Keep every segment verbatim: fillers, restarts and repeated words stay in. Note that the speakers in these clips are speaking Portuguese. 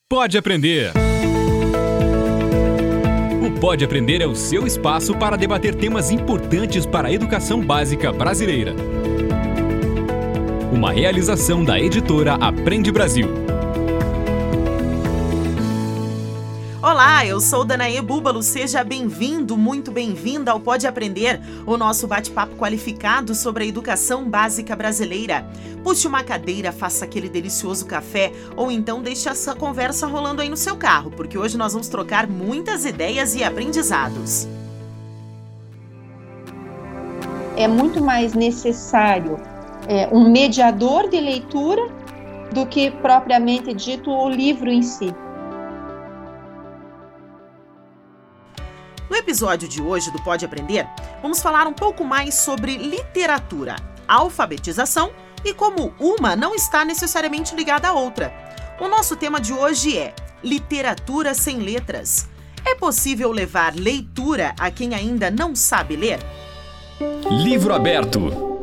Pode Aprender. O Pode Aprender é o seu espaço para debater temas importantes para a educação básica brasileira. Uma realização da editora Aprende Brasil. Olá, eu sou Danaê Búbalo, seja bem-vindo, muito bem-vinda ao Pode Aprender, o nosso bate-papo qualificado sobre a educação básica brasileira. Puxe uma cadeira, faça aquele delicioso café ou então deixe essa conversa rolando aí no seu carro, porque hoje nós vamos trocar muitas ideias e aprendizados. É muito mais necessário é, um mediador de leitura do que propriamente dito o livro em si. No episódio de hoje do Pode Aprender, vamos falar um pouco mais sobre literatura, alfabetização e como uma não está necessariamente ligada à outra. O nosso tema de hoje é literatura sem letras. É possível levar leitura a quem ainda não sabe ler? Livro aberto.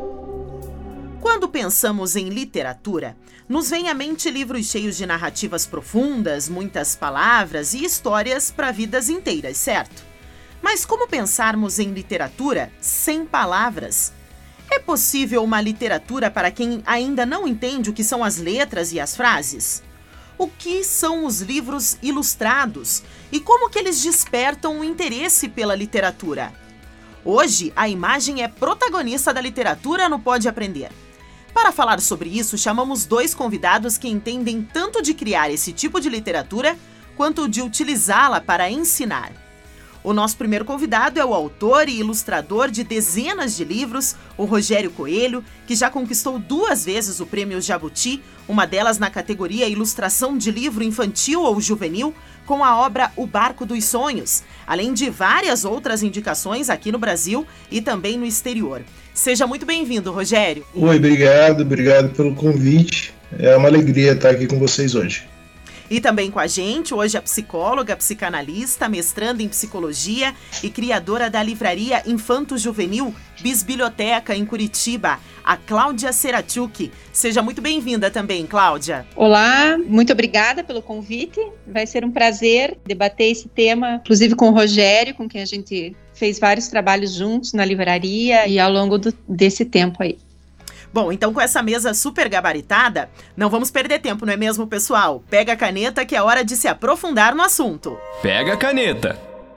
Quando pensamos em literatura, nos vem à mente livros cheios de narrativas profundas, muitas palavras e histórias para vidas inteiras, certo? Mas como pensarmos em literatura sem palavras? É possível uma literatura para quem ainda não entende o que são as letras e as frases? O que são os livros ilustrados e como que eles despertam o interesse pela literatura? Hoje, a imagem é protagonista da literatura no Pode Aprender. Para falar sobre isso, chamamos dois convidados que entendem tanto de criar esse tipo de literatura quanto de utilizá-la para ensinar. O nosso primeiro convidado é o autor e ilustrador de dezenas de livros, o Rogério Coelho, que já conquistou duas vezes o Prêmio Jabuti, uma delas na categoria Ilustração de Livro Infantil ou Juvenil, com a obra O Barco dos Sonhos, além de várias outras indicações aqui no Brasil e também no exterior. Seja muito bem-vindo, Rogério. Oi, obrigado, obrigado pelo convite. É uma alegria estar aqui com vocês hoje. E também com a gente, hoje, a psicóloga, psicanalista, mestranda em psicologia e criadora da livraria Infanto Juvenil Bisbilhoteca, em Curitiba, a Cláudia Serachuk. Seja muito bem-vinda também, Cláudia. Olá, muito obrigada pelo convite. Vai ser um prazer debater esse tema, inclusive com o Rogério, com quem a gente fez vários trabalhos juntos na livraria e ao longo do, desse tempo aí. Bom, então com essa mesa super gabaritada, não vamos perder tempo, não é mesmo, pessoal? Pega a caneta que é hora de se aprofundar no assunto. Pega a caneta.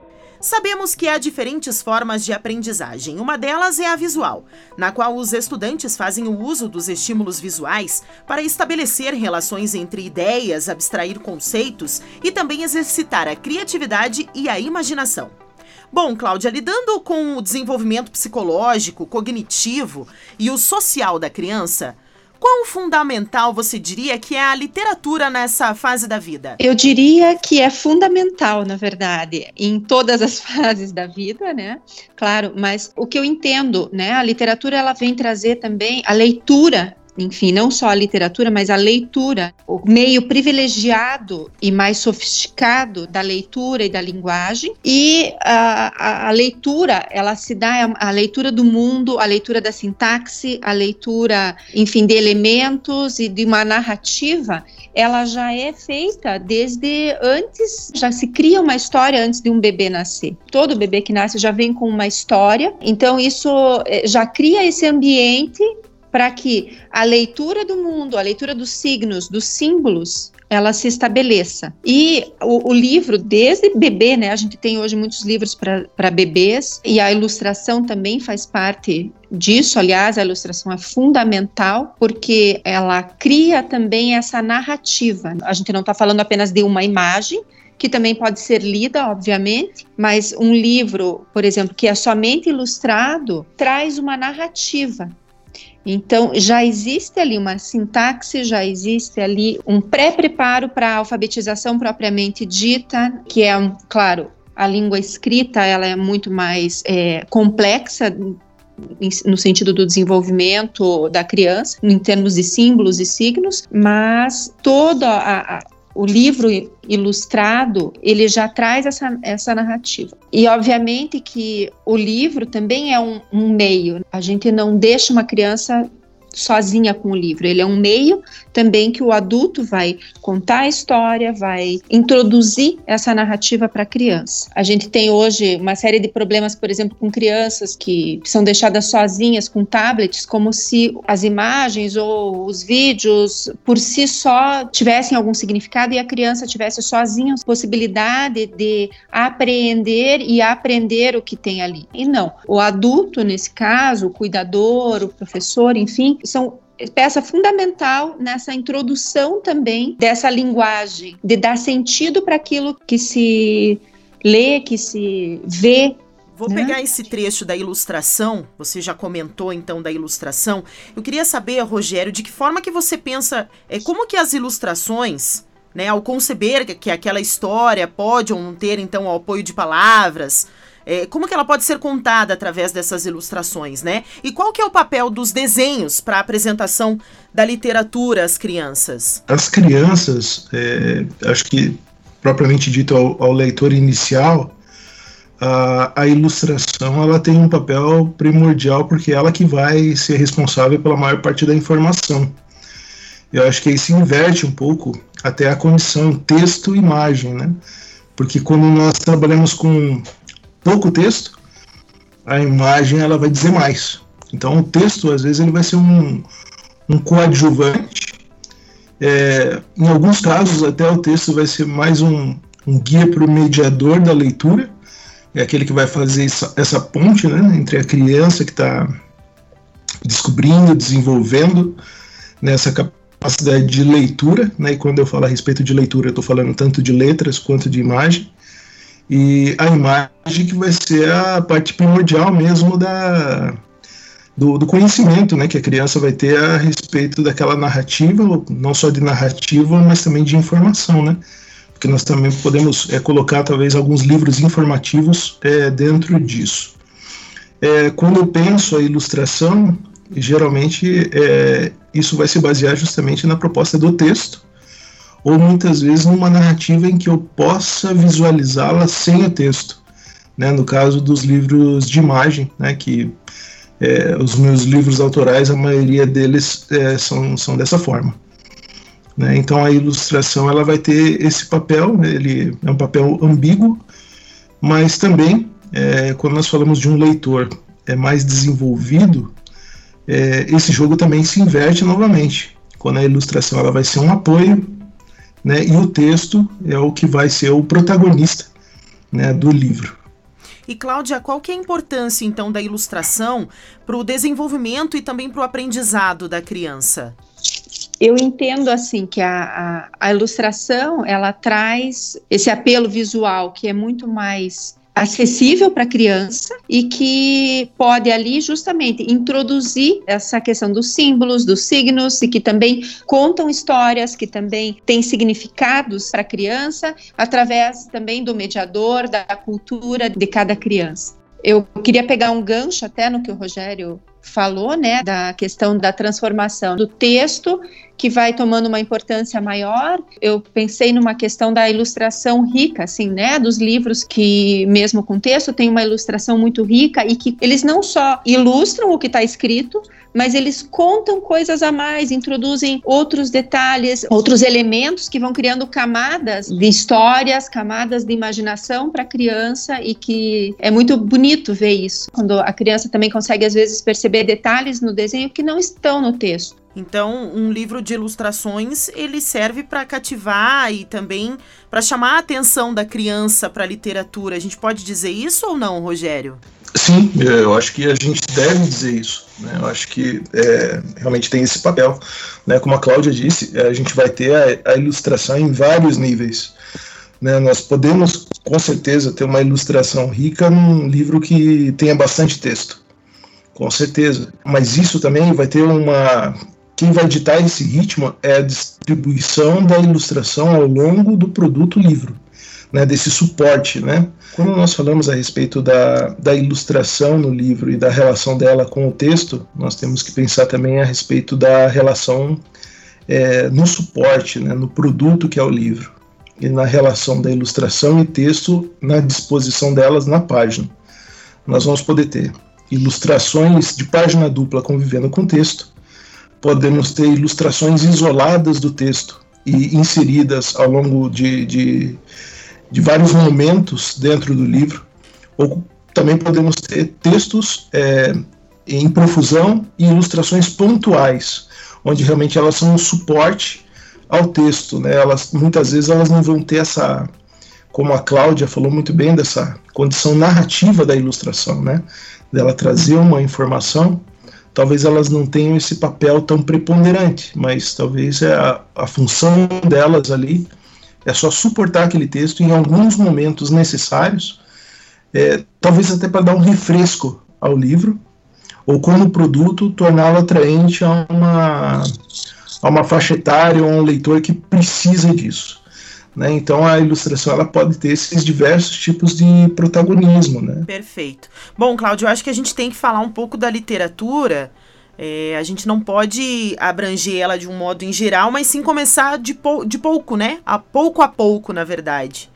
Sabemos que há diferentes formas de aprendizagem. Uma delas é a visual, na qual os estudantes fazem o uso dos estímulos visuais para estabelecer relações entre ideias, abstrair conceitos e também exercitar a criatividade e a imaginação. Bom, Cláudia, lidando com o desenvolvimento psicológico, cognitivo e o social da criança, quão fundamental você diria que é a literatura nessa fase da vida? Eu diria que é fundamental, na verdade, em todas as fases da vida, né? Claro, mas o que eu entendo, né? A literatura, ela vem trazer também a leitura. Enfim, não só a literatura, mas a leitura, o meio privilegiado e mais sofisticado da leitura e da linguagem. E a, a, a leitura, ela se dá, a leitura do mundo, a leitura da sintaxe, a leitura, enfim, de elementos e de uma narrativa, ela já é feita desde antes, já se cria uma história antes de um bebê nascer. Todo bebê que nasce já vem com uma história, então isso já cria esse ambiente para que a leitura do mundo, a leitura dos signos, dos símbolos, ela se estabeleça. E o, o livro, desde bebê, né, a gente tem hoje muitos livros para bebês, e a ilustração também faz parte disso. Aliás, a ilustração é fundamental, porque ela cria também essa narrativa. A gente não está falando apenas de uma imagem, que também pode ser lida, obviamente, mas um livro, por exemplo, que é somente ilustrado, traz uma narrativa. Então, já existe ali uma sintaxe, já existe ali um pré-preparo para a alfabetização propriamente dita, que é, claro, a língua escrita, ela é muito mais é, complexa no sentido do desenvolvimento da criança, em termos de símbolos e signos, mas toda a, a o livro ilustrado, ele já traz essa, essa narrativa. E, obviamente, que o livro também é um, um meio. A gente não deixa uma criança sozinha com o livro, ele é um meio também que o adulto vai contar a história, vai introduzir essa narrativa para a criança. A gente tem hoje uma série de problemas, por exemplo, com crianças que são deixadas sozinhas com tablets, como se as imagens ou os vídeos por si só tivessem algum significado e a criança tivesse sozinha a possibilidade de apreender e aprender o que tem ali. E não, o adulto, nesse caso, o cuidador, o professor, enfim, são peça fundamental nessa introdução também dessa linguagem, de dar sentido para aquilo que se lê, que se vê. Vou né? pegar esse trecho da ilustração, você já comentou então da ilustração. Eu queria saber, Rogério, de que forma que você pensa, é, como que as ilustrações, né, ao conceber que aquela história pode ou não ter então o apoio de palavras, É, como que ela pode ser contada através dessas ilustrações, né? E qual que é o papel dos desenhos para a apresentação da literatura às crianças? As crianças, é, acho que propriamente dito ao, ao leitor inicial, a, a ilustração ela tem um papel primordial porque é ela que vai ser responsável pela maior parte da informação. Eu acho que aí se inverte um pouco até a condição texto-imagem, né? Porque quando nós trabalhamos com pouco texto, a imagem ela vai dizer mais. Então o texto, às vezes, ele vai ser um, um coadjuvante. É, em alguns casos, até o texto vai ser mais um, um guia para o mediador da leitura. É aquele que vai fazer essa, essa ponte, né, entre a criança que está descobrindo, desenvolvendo nessa capacidade de leitura, né, e quando eu falo a respeito de leitura, eu estou falando tanto de letras quanto de imagem. E a imagem que vai ser a parte primordial mesmo da, do, do conhecimento, né, que a criança vai ter a respeito daquela narrativa, não só de narrativa, mas também de informação, né? Porque nós também podemos é, colocar talvez alguns livros informativos é, dentro disso. É, quando eu penso a ilustração, geralmente é, isso vai se basear justamente na proposta do texto, ou muitas vezes numa narrativa em que eu possa visualizá-la sem o texto, né? No caso dos livros de imagem, né? Que é, os meus livros autorais, a maioria deles é, são, são dessa forma, né? Então a ilustração ela vai ter esse papel, ele é um papel ambíguo, mas também, é, quando nós falamos de um leitor é mais desenvolvido, é, esse jogo também se inverte novamente, quando a ilustração ela vai ser um apoio, né, e o texto é o que vai ser o protagonista, né, do livro. E Cláudia, qual que é a importância então da ilustração para o desenvolvimento e também para o aprendizado da criança? Eu entendo assim que a, a, a ilustração ela traz esse apelo visual que é muito mais acessível para a criança e que pode ali justamente introduzir essa questão dos símbolos, dos signos e que também contam histórias, que também têm significados para a criança através também do mediador, da cultura de cada criança. Eu queria pegar um gancho até no que o Rogério falou, né, da questão da transformação do texto, que vai tomando uma importância maior. Eu pensei numa questão da ilustração rica, assim, né, dos livros que, mesmo com texto, tem uma ilustração muito rica e que eles não só ilustram o que está escrito, mas eles contam coisas a mais, introduzem outros detalhes, outros elementos que vão criando camadas de histórias, camadas de imaginação para a criança e que é muito bonito ver isso, quando a criança também consegue, às vezes, perceber detalhes no desenho que não estão no texto. Então, um livro de ilustrações, ele serve para cativar e também para chamar a atenção da criança para a literatura. A gente pode dizer isso ou não, Rogério? Sim, eu acho que a gente deve dizer isso, né? Eu acho que é, realmente tem esse papel, né? Como a Cláudia disse, a gente vai ter a, a ilustração em vários níveis, né? Nós podemos, com certeza, ter uma ilustração rica num livro que tenha bastante texto, com certeza, mas isso também vai ter uma... Quem vai ditar esse ritmo é a distribuição da ilustração ao longo do produto livro, né, desse suporte, né? Quando nós falamos a respeito da, da ilustração no livro e da relação dela com o texto, nós temos que pensar também a respeito da relação é, no suporte, né, no produto que é o livro, e na relação da ilustração e texto na disposição delas na página. Nós vamos poder ter ilustrações de página dupla convivendo com texto, podemos ter ilustrações isoladas do texto e inseridas ao longo de, de, de vários momentos dentro do livro, ou também podemos ter textos é, em profusão e ilustrações pontuais, onde realmente elas são um suporte ao texto, né? Elas, muitas vezes elas não vão ter essa, como a Cláudia falou muito bem, dessa condição narrativa da ilustração, né? Dela trazer uma informação, talvez elas não tenham esse papel tão preponderante, mas talvez é a, a função delas ali é só suportar aquele texto em alguns momentos necessários, é, talvez até para dar um refresco ao livro, ou como produto, torná-lo atraente a uma, a uma faixa etária ou a um leitor que precisa disso. Né? Então a ilustração ela pode ter esses diversos tipos de protagonismo. Né? Perfeito. Bom, Cláudio, eu acho que a gente tem que falar um pouco da literatura. É, a gente não pode abranger ela de um modo em geral, mas sim começar de, pou, de pouco, né? A pouco a pouco, na verdade.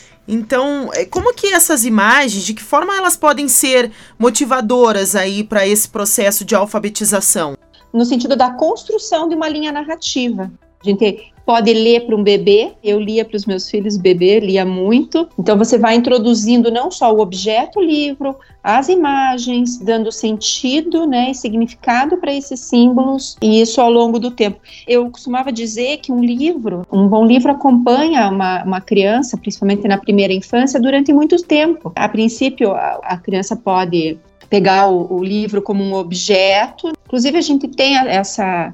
Então, como que essas imagens, de que forma elas podem ser motivadoras aí para esse processo de alfabetização? No sentido da construção de uma linha narrativa. A gente pode ler para um bebê, eu lia para os meus filhos bebê, lia muito. Então você vai introduzindo não só o objeto livro, as imagens, dando sentido, né, e significado para esses símbolos, e isso ao longo do tempo. Eu costumava dizer que um livro, um bom livro acompanha uma, uma criança, principalmente na primeira infância, durante muito tempo. A princípio, a, a criança pode pegar o, o livro como um objeto. Inclusive a gente tem a, essa...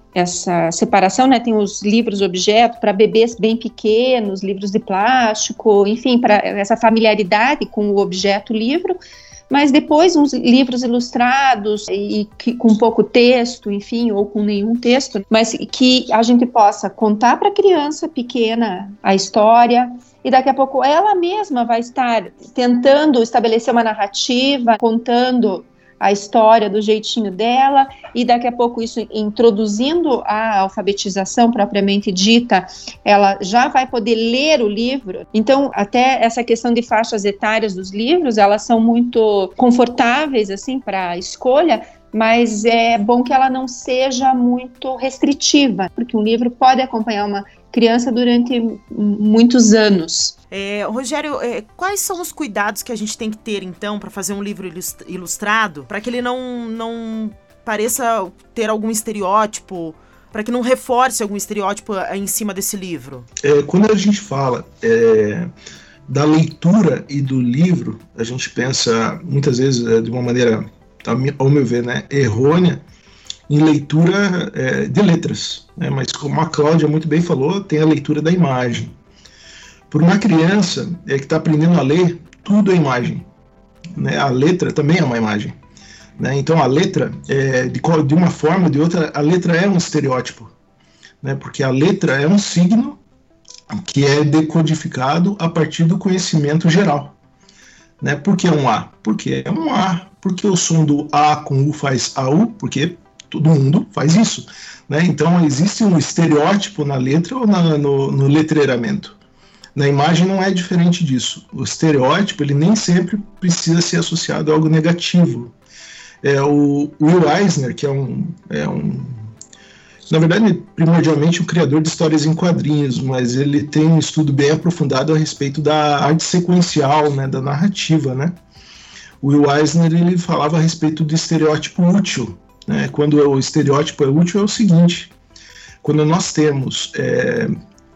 essa separação, né, tem os livros objeto para bebês bem pequenos, livros de plástico, enfim, para essa familiaridade com o objeto livro, mas depois uns livros ilustrados e que, com pouco texto, enfim, ou com nenhum texto, mas que a gente possa contar para a criança pequena a história, e daqui a pouco ela mesma vai estar tentando estabelecer uma narrativa, contando a história do jeitinho dela, e daqui a pouco isso introduzindo a alfabetização propriamente dita, ela já vai poder ler o livro. Então, até essa questão de faixas etárias dos livros, elas são muito confortáveis, assim, para a escolha, mas é bom que ela não seja muito restritiva, porque um livro pode acompanhar uma criança durante muitos anos. É, Rogério, é, quais são os cuidados que a gente tem que ter, então, para fazer um livro ilustrado, para que ele não, não pareça ter algum estereótipo, para que não reforce algum estereótipo em cima desse livro? É, quando a gente fala é, da leitura e do livro, a gente pensa, muitas vezes, é, de uma maneira, ao meu ver, né, errônea, em leitura é, de letras, né? Mas como a Cláudia muito bem falou, tem a leitura da imagem. Por uma criança é, que está aprendendo a ler, tudo é imagem, né? A letra também é uma imagem, né? Então a letra, é, de, de uma forma ou de outra, a letra é um estereótipo, né? Porque a letra é um signo que é decodificado a partir do conhecimento geral, né? Por que é um A? Porque é um A. Porque o som do A com U faz A U? Porque todo mundo faz isso, né? Então existe um estereótipo na letra ou na, no, no letreiramento. Na imagem não é diferente disso. O estereótipo ele nem sempre precisa ser associado a algo negativo. É, o Will Eisner, que é um, é um, na verdade, primordialmente um criador de histórias em quadrinhos, mas ele tem um estudo bem aprofundado a respeito da arte sequencial, né, da narrativa, né? O Will Eisner ele falava a respeito do estereótipo útil. Né? Quando o estereótipo é útil, é o seguinte: quando nós temos é,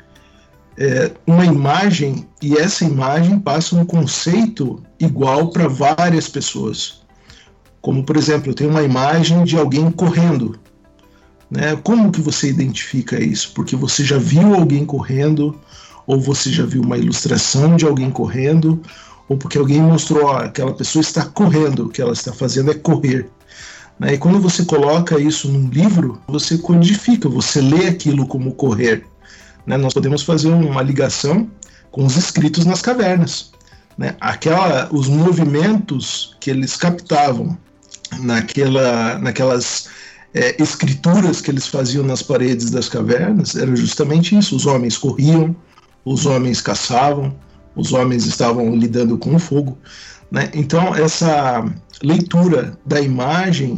é, uma imagem e essa imagem passa um conceito igual para várias pessoas. Como, por exemplo, eu tenho uma imagem de alguém correndo. Né? Como que você identifica isso? Porque você já viu alguém correndo, ou você já viu uma ilustração de alguém correndo, ou porque alguém mostrou, ó, aquela pessoa está correndo, o que ela está fazendo é correr. E quando você coloca isso num livro, você codifica, você lê aquilo como correr. Né? Nós podemos fazer uma ligação com os escritos nas cavernas. Né? Aquela, os movimentos que eles captavam naquela, naquelas é, escrituras que eles faziam nas paredes das cavernas, era justamente isso. Os homens corriam, os homens caçavam, os homens estavam lidando com o fogo. Né? Então, essa leitura da imagem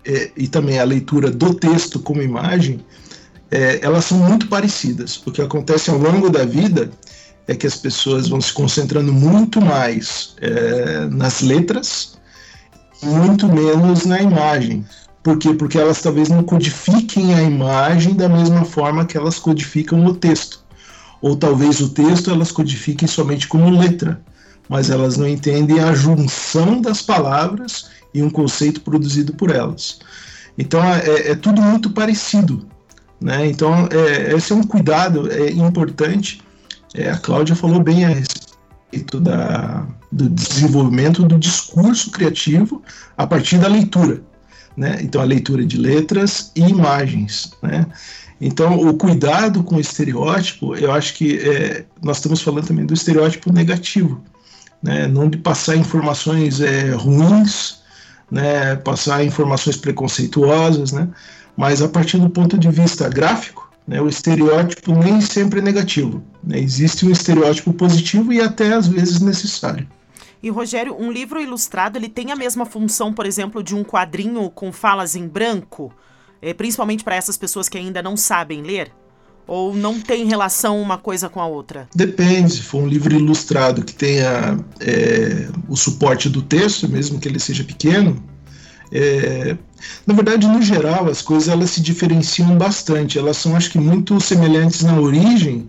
é, e também a leitura do texto como imagem, é, elas são muito parecidas. O que acontece ao longo da vida é que as pessoas vão se concentrando muito mais é, nas letras, muito menos na imagem. Por quê? Porque elas talvez não codifiquem a imagem da mesma forma que elas codificam o texto. Ou talvez o texto elas codifiquem somente como letra, mas elas não entendem a junção das palavras e um conceito produzido por elas. Então é, é tudo muito parecido, né? Então é, esse é um cuidado é, importante. É, a Cláudia falou bem a respeito da, do desenvolvimento do discurso criativo a partir da leitura, né? Então a leitura de letras e imagens, né? Então o cuidado com o estereótipo, eu acho que é, nós estamos falando também do estereótipo negativo, né? Não de passar informações é, ruins, né? Passar informações preconceituosas, né? Mas a partir do ponto de vista gráfico, né, o estereótipo nem sempre é negativo, né? Existe um estereótipo positivo e até às vezes necessário. E, Rogério, um livro ilustrado, ele tem a mesma função, por exemplo, de um quadrinho com falas em branco, é, principalmente para essas pessoas que ainda não sabem ler? Ou não tem relação uma coisa com a outra? Depende. Se for um livro ilustrado que tenha é, o suporte do texto, mesmo que ele seja pequeno, é, na verdade, no geral, as coisas elas se diferenciam bastante. Elas são, acho que, muito semelhantes na origem,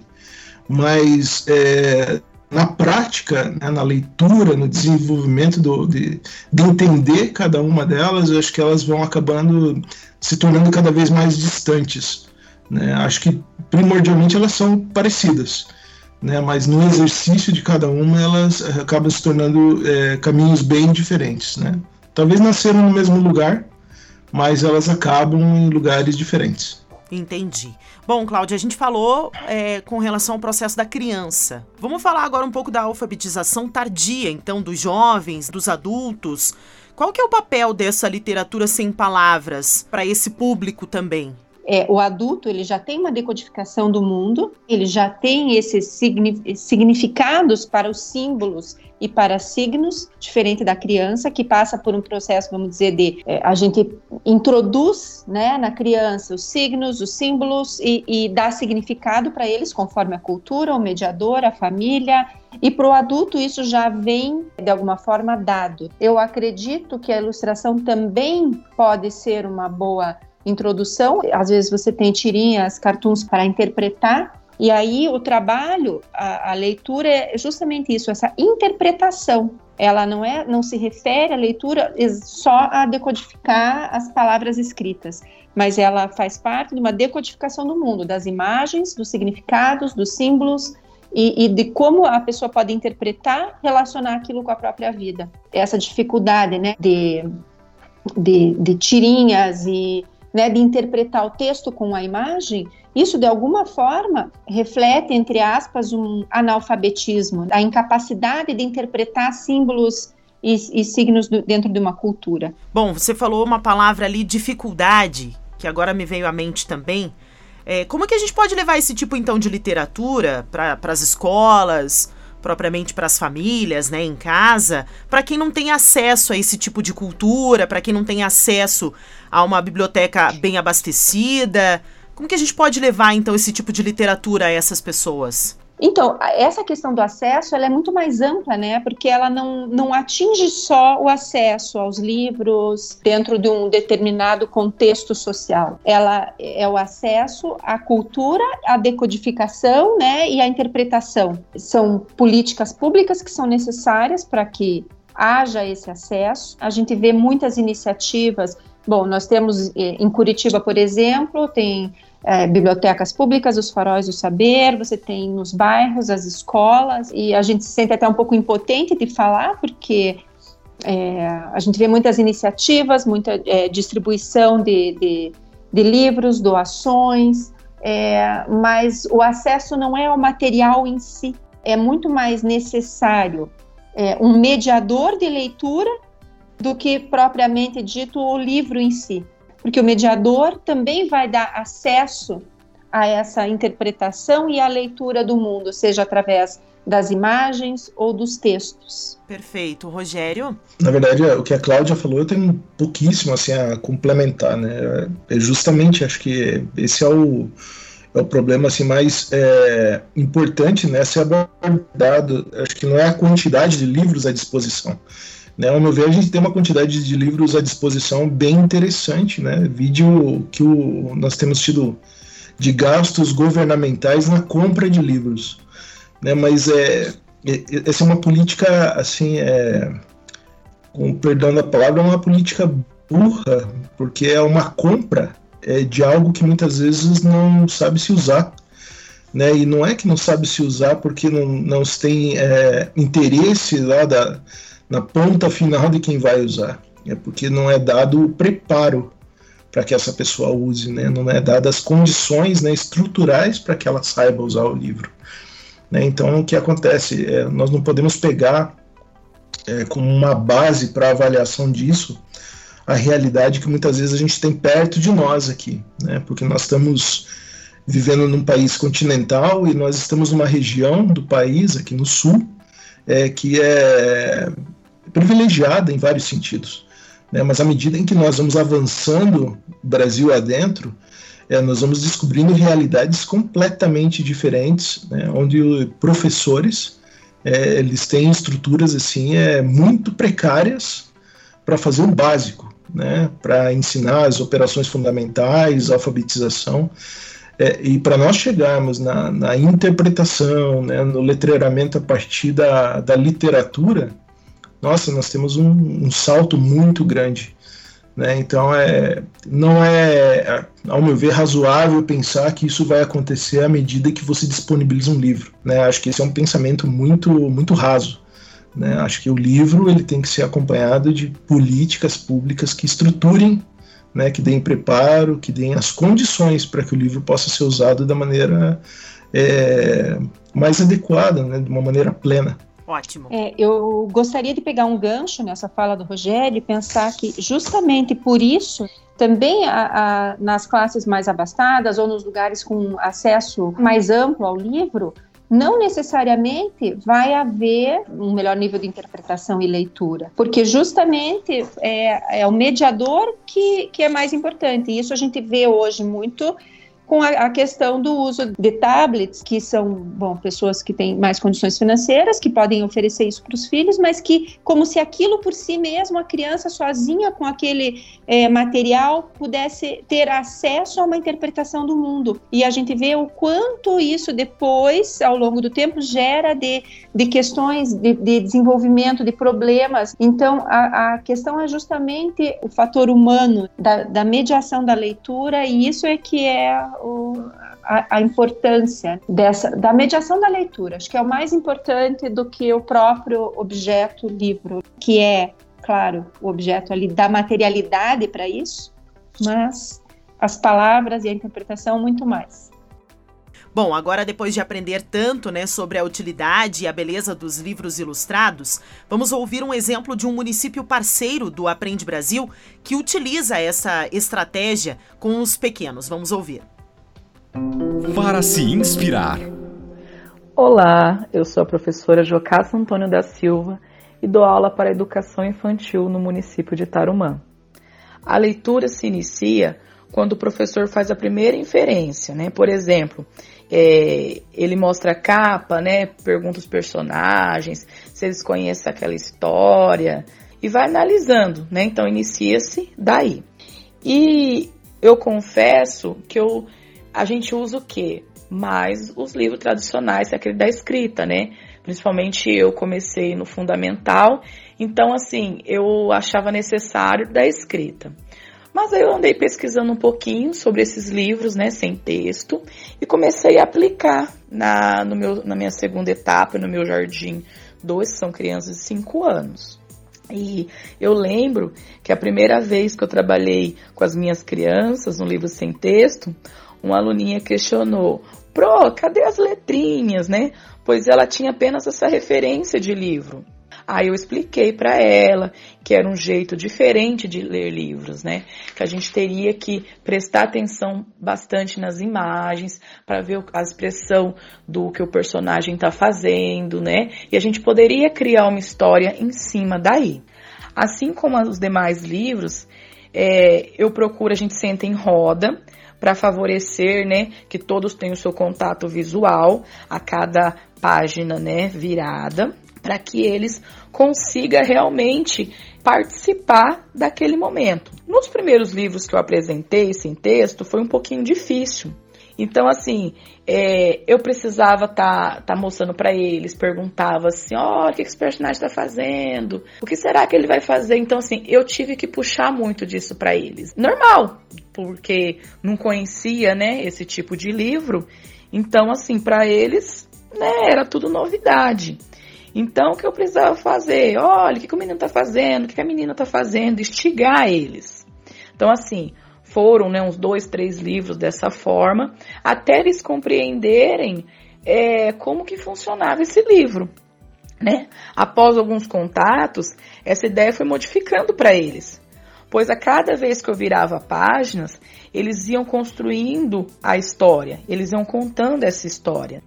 mas é, na prática, né, na leitura, no desenvolvimento do, de, de entender cada uma delas, eu acho que elas vão acabando se tornando cada vez mais distantes, né? Acho que, primordialmente, elas são parecidas, né? Mas no exercício de cada uma, elas acabam se tornando é, caminhos bem diferentes, né? Talvez nasceram no mesmo lugar, mas elas acabam em lugares diferentes. Entendi. Bom, Cláudia, a gente falou é, com relação ao processo da criança. Vamos falar agora um pouco da alfabetização tardia, então, dos jovens, dos adultos. Qual que é o papel dessa literatura sem palavras para esse público também? É, o adulto ele já tem uma decodificação do mundo, ele já tem esses signi- significados para os símbolos e para signos, diferente da criança, que passa por um processo, vamos dizer, de é, a gente introduz, né, na criança os signos, os símbolos e, e dá significado para eles conforme a cultura, o mediador, a família. E para o adulto isso já vem de alguma forma dado. Eu acredito que a ilustração também pode ser uma boa introdução. Às vezes você tem tirinhas, cartoons para interpretar, e aí o trabalho, a, a leitura é justamente isso, essa interpretação. Ela não, é, não se refere à leitura só a decodificar as palavras escritas, mas ela faz parte de uma decodificação do mundo, das imagens, dos significados, dos símbolos, e, e de como a pessoa pode interpretar, relacionar aquilo com a própria vida. Essa dificuldade, né, de, de, de tirinhas e né, de interpretar o texto com a imagem, isso de alguma forma reflete, entre aspas, um analfabetismo, a incapacidade de interpretar símbolos e, e signos do, dentro de uma cultura. Bom, você falou uma palavra ali, dificuldade, que agora me veio à mente também. É, como é que a gente pode levar esse tipo, então, de literatura para as escolas, propriamente para as famílias, né, em casa, para quem não tem acesso a esse tipo de cultura, para quem não tem acesso a uma biblioteca bem abastecida? Como que a gente pode levar, então, esse tipo de literatura a essas pessoas? Então, essa questão do acesso, ela é muito mais ampla, né, porque ela não, não atinge só o acesso aos livros dentro de um determinado contexto social. Ela é o acesso à cultura, à decodificação, né, e à interpretação. São políticas públicas que são necessárias para que haja esse acesso. A gente vê muitas iniciativas. Bom, nós temos em Curitiba, por exemplo, tem é, bibliotecas públicas, os faróis do saber, você tem nos bairros, as escolas, e a gente se sente até um pouco impotente de falar, porque é, a gente vê muitas iniciativas, muita é, distribuição de, de, de livros, doações, é, mas o acesso não é ao material em si, é muito mais necessário é, um mediador de leitura do que propriamente dito o livro em si, porque o mediador também vai dar acesso a essa interpretação e a leitura do mundo, seja através das imagens ou dos textos. Perfeito. Rogério? Na verdade, o que a Cláudia falou, eu tenho pouquíssimo assim, a complementar, né? É justamente, acho que esse é o, é o problema assim, mais é, importante, né, ser abordado. Acho que não é a quantidade de livros à disposição. Né, ao meu ver, a gente tem uma quantidade de livros à disposição bem interessante, né? Vídeo que o, nós temos tido de gastos governamentais na compra de livros, né? Mas é, é, essa é uma política, assim, é, com perdão da palavra, é uma política burra, porque é uma compra é, de algo que muitas vezes não sabe se usar, né? E não é que não sabe se usar porque não, não se tem é, interesse lá da, na ponta final de quem vai usar, é porque não é dado o preparo para que essa pessoa use, né? Não é dadas as condições, né, estruturais para que ela saiba usar o livro. Né? Então, o que acontece? É, nós não podemos pegar é, como uma base para avaliação disso a realidade que muitas vezes a gente tem perto de nós aqui, né? Porque nós estamos vivendo num país continental e nós estamos numa região do país, aqui no sul, é, que é privilegiada em vários sentidos. Né, mas à medida em que nós vamos avançando Brasil adentro, é, nós vamos descobrindo realidades completamente diferentes, né, onde professores é, eles têm estruturas assim, é, muito precárias para fazer o básico, né, para ensinar as operações fundamentais, a alfabetização. É, e para nós chegarmos na, na interpretação, né, no letreiramento a partir da, da literatura, nossa, nós temos um, um salto muito grande, né? Então, é, não é, ao meu ver, razoável pensar que isso vai acontecer à medida que você disponibiliza um livro, né? Acho que esse é um pensamento muito, muito raso, né? Acho que o livro ele tem que ser acompanhado de políticas públicas que estruturem, né, que deem preparo, que deem as condições para que o livro possa ser usado da maneira é, mais adequada, né, de uma maneira plena. Ótimo. É, eu gostaria de pegar um gancho nessa fala do Rogério e pensar que justamente por isso também a, a, nas classes mais abastadas ou nos lugares com acesso mais amplo ao livro, não necessariamente vai haver um melhor nível de interpretação e leitura, porque justamente é, é o mediador que, que é mais importante, e isso a gente vê hoje muito com a, a questão do uso de tablets, que são, bom, pessoas que têm mais condições financeiras, que podem oferecer isso para os filhos, mas que, como se aquilo por si mesmo, a criança sozinha com aquele é, material pudesse ter acesso a uma interpretação do mundo. E a gente vê o quanto isso depois, ao longo do tempo, gera de, de questões de, de desenvolvimento, de problemas. Então, a, a questão é justamente o fator humano, da, da mediação da leitura, e isso é que é O, a, a importância dessa, da mediação da leitura. Acho que é o mais importante do que o próprio objeto livro, que é, claro, o objeto ali da materialidade para isso, mas as palavras e a interpretação muito mais. Bom, agora depois de aprender tanto, né, sobre a utilidade e a beleza dos livros ilustrados, vamos ouvir um exemplo de um município parceiro do Aprende Brasil que utiliza essa estratégia com os pequenos. Vamos ouvir. Para se inspirar. Olá, eu sou a professora Jocasta Antônio da Silva e dou aula para a educação infantil no município de Tarumã. A leitura se inicia quando o professor faz a primeira inferência, né? Por exemplo, é, ele mostra a capa, né? Pergunta os personagens, se eles conhecem aquela história e vai analisando, né? Então inicia-se daí. E eu confesso que eu a gente usa o quê? Mais os livros tradicionais, aquele da escrita, né? Principalmente eu comecei no fundamental, então assim, eu achava necessário da escrita. Mas aí eu andei pesquisando um pouquinho sobre esses livros, né, sem texto, e comecei a aplicar na, no meu, na minha segunda etapa, no meu Jardim dois, que são crianças de cinco anos. E eu lembro que a primeira vez que eu trabalhei com as minhas crianças no livro sem texto, uma aluninha questionou: Pro, cadê as letrinhas, né? Pois ela tinha apenas essa referência de livro. Aí eu expliquei para ela que era um jeito diferente de ler livros, né? Que a gente teria que prestar atenção bastante nas imagens para ver a expressão do que o personagem está fazendo, né? E a gente poderia criar uma história em cima daí. Assim como os demais livros, é, eu procuro, a gente senta em roda para favorecer, né, que todos tenham o seu contato visual a cada página, né, virada, para que eles consigam realmente participar daquele momento. Nos primeiros livros que eu apresentei sem texto, foi um pouquinho difícil. Então, assim, é, eu precisava estar tá, tá mostrando para eles, perguntava assim, olha, o que esse personagem está fazendo? O que será que ele vai fazer? Então, assim, eu tive que puxar muito disso para eles. Normal, porque não conhecia, né, esse tipo de livro. Então, assim, para eles, né, era tudo novidade. Então, o que eu precisava fazer? Olha, o que, que o menino está fazendo? O que, que a menina está fazendo? Instigar eles. Então, assim, foram, né, uns dois, três livros dessa forma, até eles compreenderem é, como que funcionava esse livro, né? Após alguns contatos, essa ideia foi modificando para eles, pois a cada vez que eu virava páginas, eles iam construindo a história, eles iam contando essa história.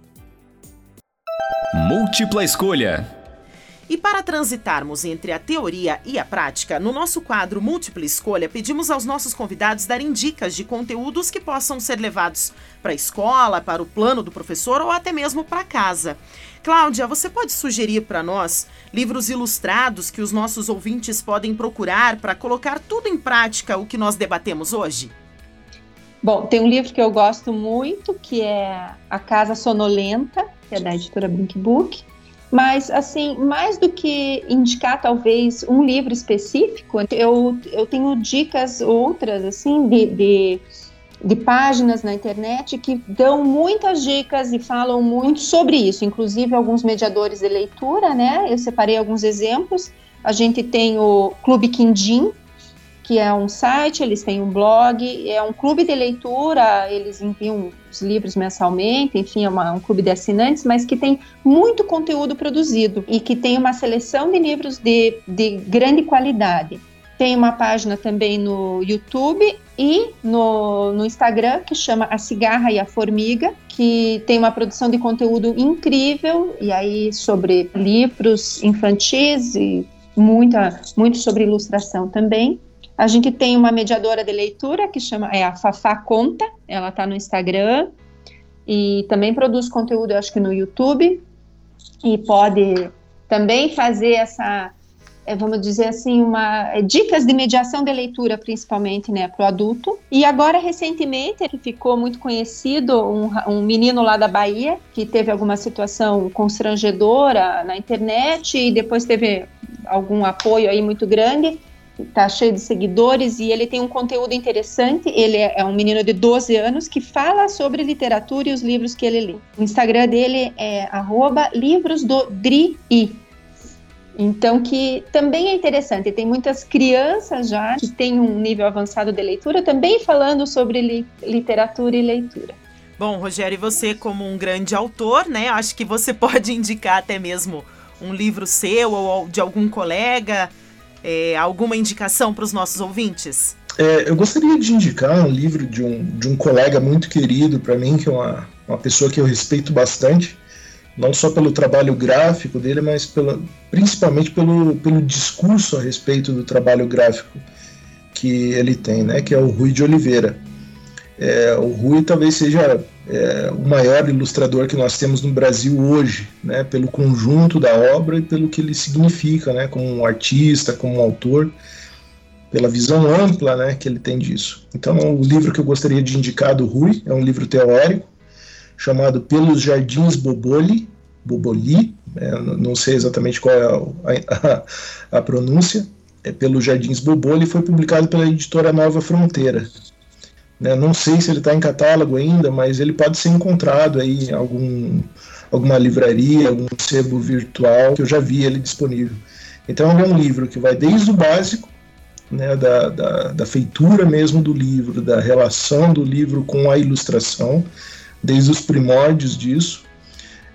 Múltipla escolha. E para transitarmos entre a teoria e a prática, no nosso quadro Múltipla Escolha, pedimos aos nossos convidados darem dicas de conteúdos que possam ser levados para a escola, para o plano do professor ou até mesmo para casa. Cláudia, você pode sugerir para nós livros ilustrados que os nossos ouvintes podem procurar para colocar tudo em prática o que nós debatemos hoje? Bom, tem um livro que eu gosto muito, que é A Casa Sonolenta, que é da editora Blink Book. Mas, assim, mais do que indicar, talvez, um livro específico, eu, eu tenho dicas outras, assim, de, de, de páginas na internet que dão muitas dicas e falam muito sobre isso, inclusive alguns mediadores de leitura, né? Eu separei alguns exemplos. A gente tem o Clube Quindim, que é um site, eles têm um blog, é um clube de leitura, eles enviam os livros mensalmente, enfim, é uma, um clube de assinantes, mas que tem muito conteúdo produzido e que tem uma seleção de livros de, de grande qualidade. Tem uma página também no YouTube e no, no Instagram, que chama A Cigarra e a Formiga, que tem uma produção de conteúdo incrível, e aí sobre livros infantis e muita, muito sobre ilustração também. A gente tem uma mediadora de leitura que chama, é a Fafá Conta, ela está no Instagram e também produz conteúdo, eu acho que no YouTube, e pode também fazer essa, vamos dizer assim, uma, dicas de mediação de leitura, principalmente, né, para o adulto. E agora, recentemente, ficou muito conhecido um, um menino lá da Bahia, que teve alguma situação constrangedora na internet e depois teve algum apoio aí muito grande. Tá cheio de seguidores e ele tem um conteúdo interessante. Ele é um menino de doze anos que fala sobre literatura e os livros que ele lê. O Instagram dele é arroba livros do Dri. Então, que também é interessante. Tem muitas crianças já que têm um nível avançado de leitura também falando sobre li- literatura e leitura. Bom, Rogério, e você como um grande autor, né? Acho que você pode indicar até mesmo um livro seu ou de algum colega. É, alguma indicação para os nossos ouvintes? É, eu gostaria de indicar um livro de um, de um colega muito querido para mim, que é uma, uma pessoa que eu respeito bastante, não só pelo trabalho gráfico dele, mas pela, principalmente pelo, pelo discurso a respeito do trabalho gráfico que ele tem, né, que é o Rui de Oliveira. É, o Rui talvez seja é, o maior ilustrador que nós temos no Brasil hoje, né, pelo conjunto da obra e pelo que ele significa, né, como um artista, como um autor, pela visão ampla, né, que ele tem disso. Então, o livro que eu gostaria de indicar do Rui é um livro teórico chamado Pelos Jardins Boboli, Boboli, é, não sei exatamente qual é a, a, a pronúncia, é Pelos Jardins Boboli, foi publicado pela editora Nova Fronteira. Né, não sei se ele está em catálogo ainda, mas ele pode ser encontrado aí em algum, alguma livraria, algum sebo virtual, que eu já vi ele disponível. Então ele é um livro que vai desde o básico, né, da, da, da feitura mesmo do livro, da relação do livro com a ilustração, desde os primórdios disso.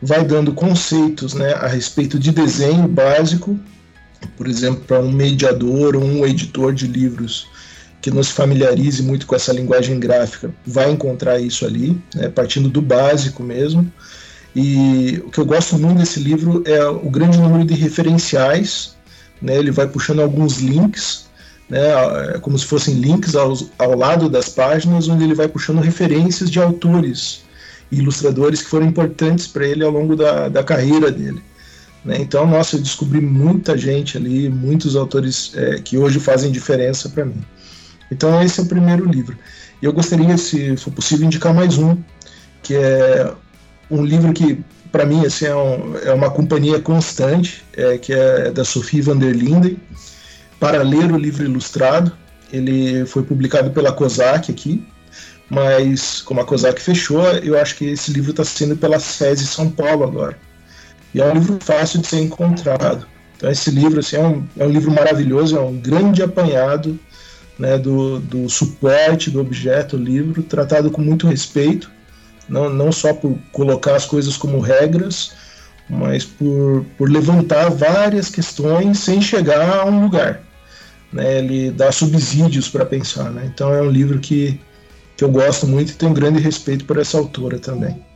vai dando conceitos, né, a respeito de desenho básico, por exemplo, para um mediador ou um editor de livros que não se familiarize muito com essa linguagem gráfica, vai encontrar isso ali, né, partindo do básico mesmo. E o que eu gosto muito desse livro é o grande número de referenciais, né, ele vai puxando alguns links, né, como se fossem links aos, ao lado das páginas, onde ele vai puxando referências de autores e ilustradores que foram importantes para ele ao longo da, da carreira dele. Né? Então, nossa, eu descobri muita gente ali, muitos autores é, que hoje fazem diferença para mim. Então, esse é o primeiro livro. E eu gostaria, se for possível, indicar mais um, que é um livro que, para mim, assim, é, um, é uma companhia constante, é, que é da Sophie van der Linden, Para Ler o Livro Ilustrado. Ele foi publicado pela Cosac aqui, mas como a Cosac fechou, eu acho que esse livro está sendo pela SESI São Paulo agora. E é um livro fácil de ser encontrado. Então esse livro assim, é, um, é um livro maravilhoso, é um grande apanhado, né, do, do suporte do objeto livro, tratado com muito respeito, não, não só por colocar as coisas como regras, mas por, por levantar várias questões sem chegar a um lugar. Né, ele dá subsídios para pensar. Né? Então é um livro que, que eu gosto muito e tenho um grande respeito por essa autora também.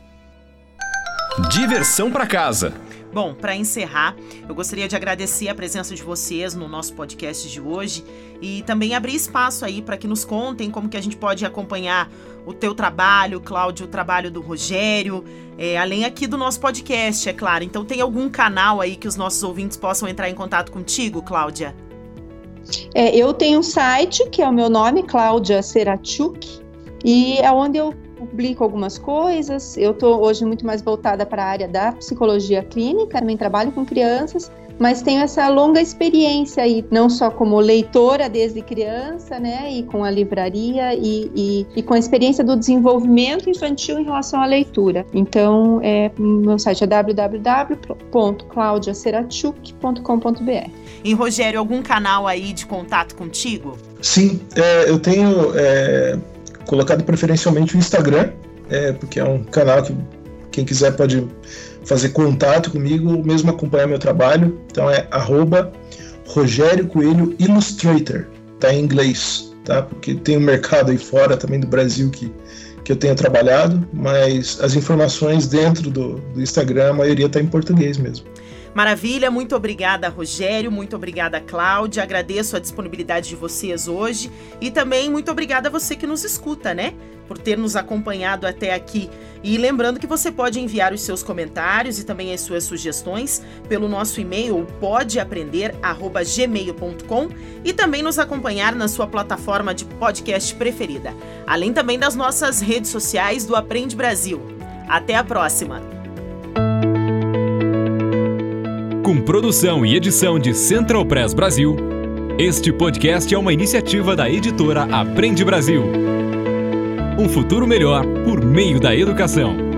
Diversão para casa. Bom, para encerrar, eu gostaria de agradecer a presença de vocês no nosso podcast de hoje e também abrir espaço aí para que nos contem como que a gente pode acompanhar o teu trabalho, Cláudia, o trabalho do Rogério, é, além aqui do nosso podcast, é claro. Então tem algum canal aí que os nossos ouvintes possam entrar em contato contigo, Cláudia? É, eu tenho um site que é o meu nome, Cláudia Serachuk, e é onde eu publico algumas coisas. Eu estou hoje muito mais voltada para a área da psicologia clínica, também trabalho com crianças, mas tenho essa longa experiência aí, não só como leitora desde criança, né, e com a livraria e, e, e com a experiência do desenvolvimento infantil em relação à leitura. Então, é, meu site é w w w ponto claudia serachuk ponto com ponto b r. E, Rogério, algum canal aí de contato contigo? Sim, é, eu tenho é, colocado preferencialmente o Instagram, é, porque é um canal que quem quiser pode fazer contato comigo, ou mesmo acompanhar meu trabalho. Então é arroba Rogério Coelho Illustrator, tá em inglês, tá? Porque tem um mercado aí fora também do Brasil que, que eu tenho trabalhado, mas as informações dentro do, do Instagram, a maioria está em português mesmo. Maravilha, muito obrigada, Rogério, muito obrigada, Cláudia, agradeço a disponibilidade de vocês hoje e também muito obrigada a você que nos escuta, né, por ter nos acompanhado até aqui. E lembrando que você pode enviar os seus comentários e também as suas sugestões pelo nosso e-mail pode aprender arroba gmail ponto com e também nos acompanhar na sua plataforma de podcast preferida, além também das nossas redes sociais do Aprende Brasil. Até a próxima! Com produção e edição de Central Press Brasil, este podcast é uma iniciativa da editora Aprende Brasil. Um futuro melhor por meio da educação.